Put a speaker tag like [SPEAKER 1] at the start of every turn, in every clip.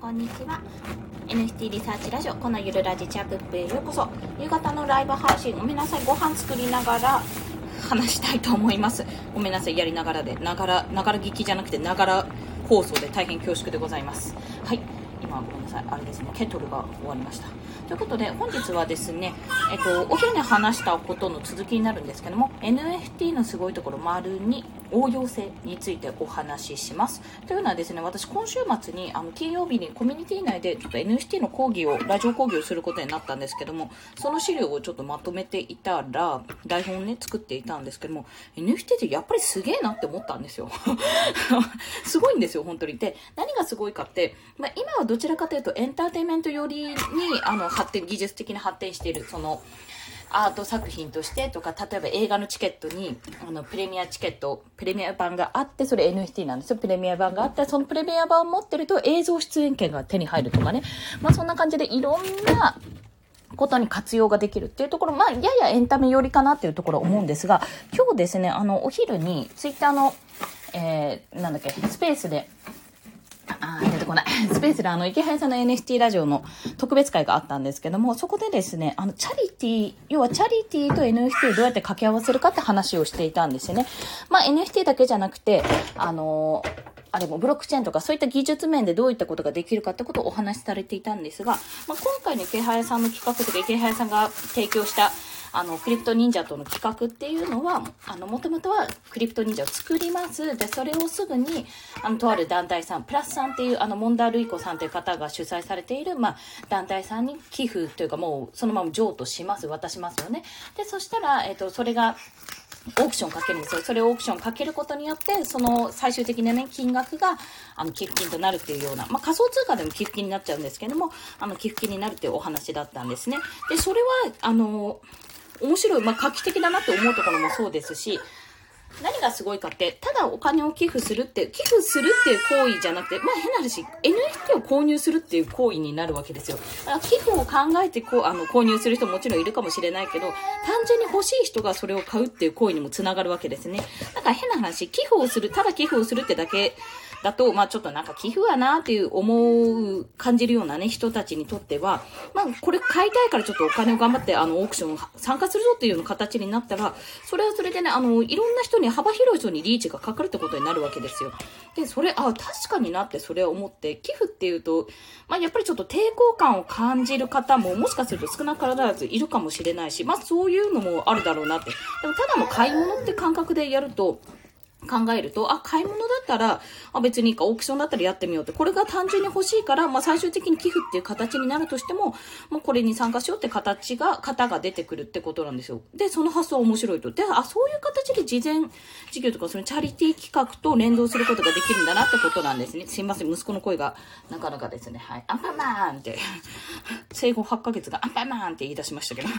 [SPEAKER 1] こんにちは。 NFT リサーチラジオ、このゆるラジチャップへようこそ。夕方のライブ配信、ごめんなさい、ご飯作りながら話したいと思います。ごめんなさい、やりながらで、ながら聞きじゃなくてながら放送で大変恐縮でございます。はい、今ごめんなさい、あれですね、ケトルが終わりました。ということで本日はですね、お昼に話したことの続きになるんですけども、 NFT のすごいところ2応用性についてお話しします。というのはですね、私今週末に金曜日にコミュニティ内でちょっと NFT のラジオ講義をすることになったんですけども、その資料をちょっとまとめていたら、台本をね作っていたんですけども、 NFT ってやっぱりすげえなって思ったんですよすごいんですよ本当に。で、何がすごいかって、今はどちらかというとエンターテインメント寄りに技術的に発展している、そのアート作品としてとか、例えば映画のチケットにプレミア版があって、それ NFT なんですよ。プレミア版があって、そのプレミア版を持ってると映像出演権が手に入るとかね、そんな感じでいろんなことに活用ができるっていうところ、ややエンタメ寄りかなっていうところ思うんですが、今日ですね、お昼にツイッターの、スペースで出てこない。スペースで池原さんの NFT ラジオの特別会があったんですけども、そこでですね、チャリティーと NFT をどうやって掛け合わせるかって話をしていたんですよね。NFT だけじゃなくて、あれもブロックチェーンとかそういった技術面でどういったことができるかってことをお話しされていたんですが、今回の池原さんの企画とか、池原さんが提供したクリプト忍者との企画っていうのは、もともとはクリプト忍者を作ります。で、それをすぐに、とある団体さん、プラスさんっていう、モンダールイコさんという方が主催されている、団体さんに寄付というか、もう、そのまま譲渡します、渡しますよね。で、そしたら、それが、オークションかけるんですよ。それをオークションかけることによって、その最終的なね、金額が、寄付金となるっていうような、仮想通貨でも寄付金になっちゃうんですけども、寄付金になるっていうお話だったんですね。で、それは、面白い、画期的だなって思うところもそうですし、何がすごいかって、ただお金を寄付するっていう行為じゃなくて、変な話、NFT を購入するっていう行為になるわけですよ。寄付を考えて購入する人ももちろんいるかもしれないけど、単純に欲しい人がそれを買うっていう行為にもつながるわけですね。だから変な話、ただ寄付をするってだけだと、ちょっと寄付はなーっていう感じるようなね、人たちにとっては、これ買いたいからちょっとお金を頑張って、オークション参加するぞっていうような形になったら、それはそれでね、いろんな人に、幅広い人にリーチがかかるってことになるわけですよ。で、確かになってそれを思って、寄付っていうと、やっぱりちょっと抵抗感を感じる方も、もしかすると少なからずいるかもしれないし、そういうのもあるだろうなって。でも、ただの買い物って感覚でやると、考えると、買い物だったら、別にいいか、オークションだったらやってみようって、これが単純に欲しいから、最終的に寄付っていう形になるとしても、これに参加しようって型が出てくるってことなんですよ。で、その発想は面白いと。で、そういう形で事前事業とか、そのチャリティー企画と連動することができるんだなってことなんですね。すいません、息子の声がなかなかですね。はい。アンパンマンって、生後8ヶ月がアンパンマンって言い出しましたけど。はい。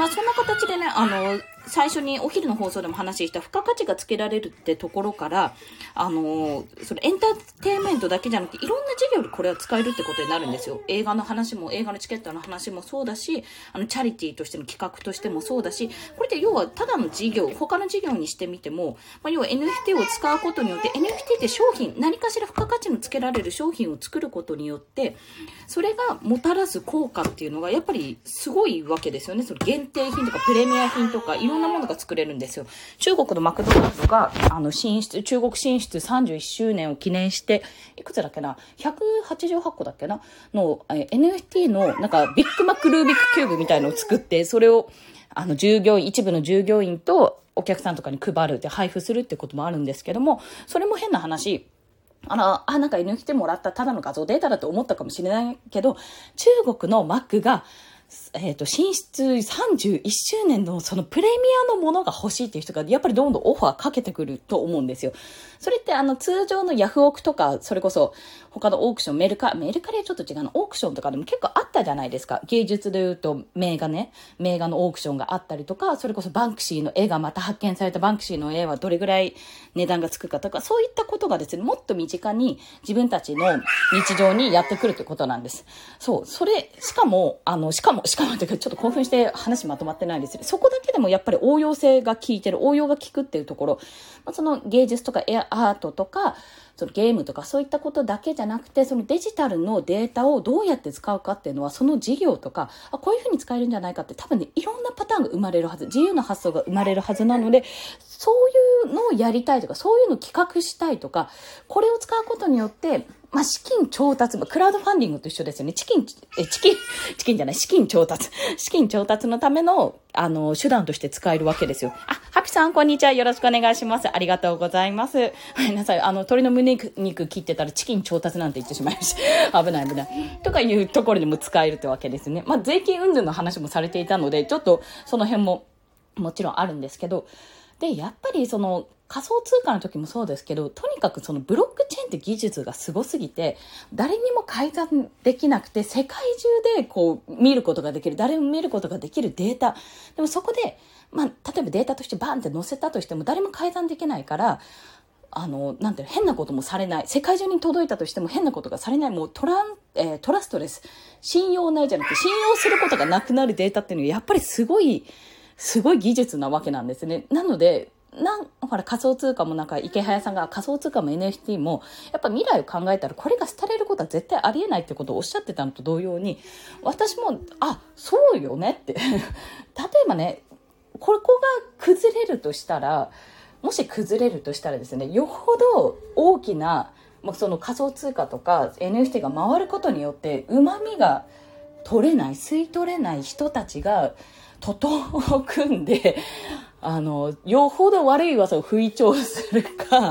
[SPEAKER 1] そんな形でね、最初にお昼の放送でも話した付加価値がつけられるってところから、そのエンターテインメントだけじゃなくて、いろんな事業でこれは使えるってことになるんですよ。映画のチケットの話もそうだし、チャリティーとしての企画としてもそうだし、これって要はただの他の事業にしてみても、要は NFT を使うことによって、NFT って商品、何かしら付加価値のつけられる商品を作ることによって、それがもたらす効果っていうのがやっぱりすごいわけですよね。その限定品とかプレミア品とかいろんなものが作れるんですよ。中国のマクドナルドが中国進出31周年を記念して、いくつだっけな、188個だっけなの、NFT のビッグマックルービックキューブみたいのを作って、それを一部の従業員とお客さんとかに配るって配布するってこともあるんですけども、それも変な話、NFT もらったただの画像データだと思ったかもしれないけど、中国のマックが進出31周年のそのプレミアのものが欲しいっていう人がやっぱりどんどんオファーかけてくると思うんですよ。それって通常のヤフオクとか、それこそ他のオークション、メルカリはちょっと違うの、オークションとかでも結構あったじゃないですか。芸術で言うと名画のオークションがあったりとか、それこそバンクシーの絵がまた発見されたバンクシーの絵はどれぐらい値段がつくかとか、そういったことがですね、もっと身近に自分たちの日常にやってくるってことなんです。そう、しかもというか、ちょっと興奮して話まとまってないんですけど、そこだけでもやっぱり応用が効くっていうところ、その芸術とかアートとか、
[SPEAKER 2] そのゲームとかそういったことだけじゃなくて、そのデジタルのデータをどうやって使うかっていうのは、その事業とか、こういうふうに使えるんじゃないかって、多分ね、いろんなパターンが生まれるはず、自由な発想が生まれるはずなので、そういうのをやりたいとか、そういうのを企画したいとか、これを使うことによって、資金調達、クラウドファンディングと一緒ですよね。資金調達。資金調達のための、手段として使えるわけですよ。ハピさん、こんにちは。よろしくお願いします。ありがとうございます。ごめんなさい。鶏の胸肉切ってたらチキン調達なんて言ってしまいました。危ない。とかいうところにも使えるってわけですね。税金云々の話もされていたので、ちょっとその辺ももちろんあるんですけど、で、やっぱりその、仮想通貨の時もそうですけど、とにかくそのブロックチェーンって技術がすごすぎて、誰にも改ざんできなくて、世界中でこう見ることができる、誰も見ることができるデータ。でもそこで、例えばデータとしてバーンって載せたとしても誰も改ざんできないから、変なこともされない。世界中に届いたとしても変なことがされない。もうトラストレス。信用ないじゃなくて、信用することがなくなるデータっていうのはやっぱりすごい技術なわけなんですね。なので、ほら仮想通貨も池早さんが仮想通貨も NFT もやっぱ未来を考えたらこれが廃れることは絶対ありえないってことをおっしゃってたのと同様に、私もそうよねって例えばね、ここが崩れるとしたらですね、よほど大きなその仮想通貨とか NFT が回ることによって旨味が吸い取れない人たちが徒党を組んで、よほど悪い噂を吹聴するか、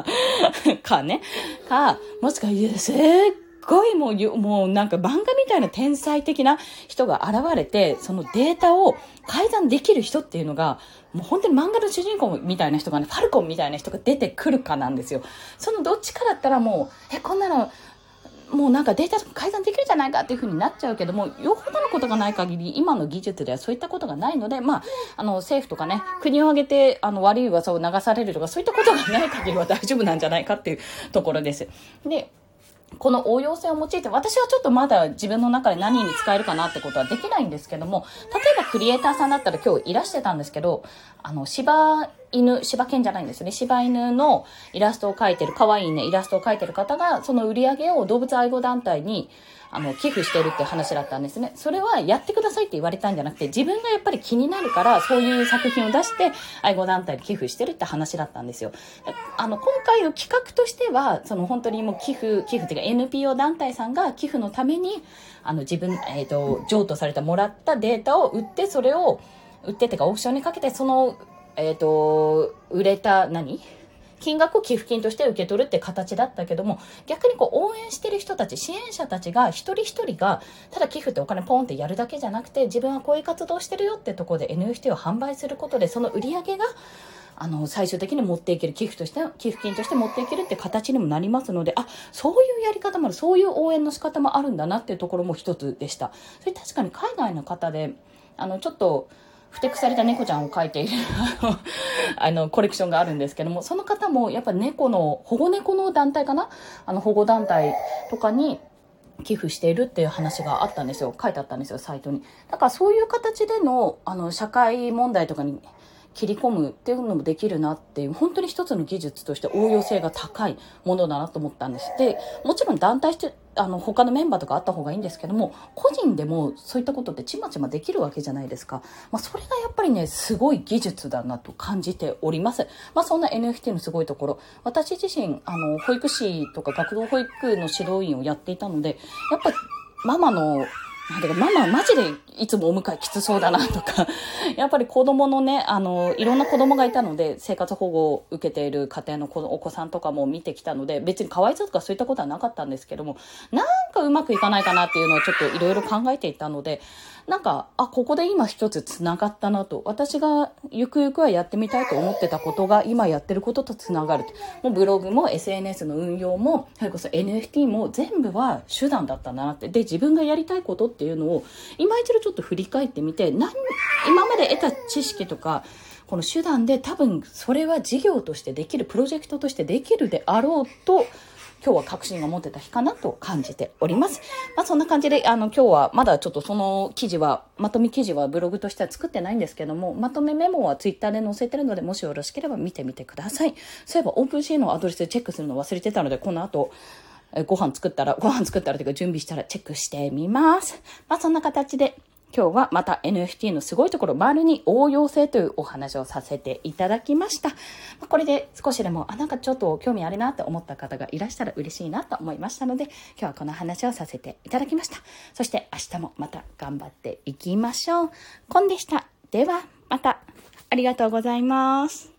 [SPEAKER 2] もしくは、すっごいもうなんか漫画みたいな天才的な人が現れて、そのデータを改ざんできる人っていうのが、もう本当に漫画の主人公みたいな人がね、ファルコンみたいな人が出てくるかなんですよ。そのどっちかだったらもう、こんなの、もうなんかデータとか改ざんできるじゃないかっていう風になっちゃうけども、よほどのことがない限り今の技術ではそういったことがないので、政府とかね、国を挙げて悪い噂を流されるとかそういったことがない限りは大丈夫なんじゃないかっていうところです。で、この応用性を用いて、私はちょっとまだ自分の中で何に使えるかなってことはできないんですけども、例えばクリエイターさんだったら今日いらしてたんですけど、柴犬じゃないんですよね。柴犬のイラストを描いてる、可愛いね、イラストを描いてる方が、その売り上げを動物愛護団体に寄付してるって話だったんですね。それはやってくださいって言われたんじゃなくて、自分がやっぱり気になるからそういう作品を出して愛護団体に寄付してるって話だったんですよ。今回の企画としては、その本当にもう寄付っていうか NPO 団体さんが寄付のために自分譲渡されたもらったデータを売って、それを売ってってかオークションにかけて、その売れた金額を寄付金として受け取るって形だったけども、逆に応援してる人たち、支援者たちが一人一人がただ寄付ってお金ポンってやるだけじゃなくて、自分はこういう活動してるよってところで NFT を販売することで、その売り上げが最終的に持っていける、寄付金として持っていけるって形にもなりますので、そういうやり方もある、そういう応援の仕方もあるんだなっていうところも一つでした。それ確かに海外の方でちょっとふてくされた猫ちゃんを描いているコレクションがあるんですけども、その方もやっぱ保護猫の団体かな、保護団体とかに寄付しているっていう話があったんですよ。書いてあったんですよ、サイトに。だからそういう形での社会問題とかに切り込むっていうのもできるなっていう、本当に一つの技術として応用性が高いものだなと思ったんです。で、もちろん団体して他のメンバーとかあった方がいいんですけども、個人でもそういったことってちまちまできるわけじゃないですか。それがやっぱりね、すごい技術だなと感じております。そんな NFT のすごいところ、私自身保育士とか学童保育の指導員をやっていたので、やっぱマママジでいつもお迎えきつそうだなとか、やっぱり子供のね、いろんな子供がいたので、生活保護を受けている家庭のお子さんとかも見てきたので、別にかわいそうとかそういったことはなかったんですけども、なんかうまくいかないかなっていうのはちょっといろいろ考えていたので、ここで今一つつながったなと、私がゆくゆくはやってみたいと思ってたことが今やってることとつながる。もうブログも SNS の運用も、それこそ NFT も全部は手段だったんだなって。で、自分がやりたいことっていうのを今一度ちょっと振り返ってみて、今まで得た知識とかこの手段で多分それは事業としてできる、プロジェクトとしてできるであろうと今日は確信が持てた日かなと感じております。そんな感じで、今日はまだちょっとその記事は、まとめ記事はブログとしては作ってないんですけども、まとめメモはツイッターで載せてるので、もしよろしければ見てみてください。そういえばオープンシーのアドレスでチェックするの忘れてたので、この後、ご飯作ったらというか準備したらチェックしてみます。そんな形で、今日はまた NFT のすごいところ、丸に応用性というお話をさせていただきました。これで少しでも、なんかちょっと興味あるなって思った方がいらしたら嬉しいなと思いましたので、今日はこの話をさせていただきました。そして明日もまた頑張っていきましょう。コンでした。では、また。ありがとうございます。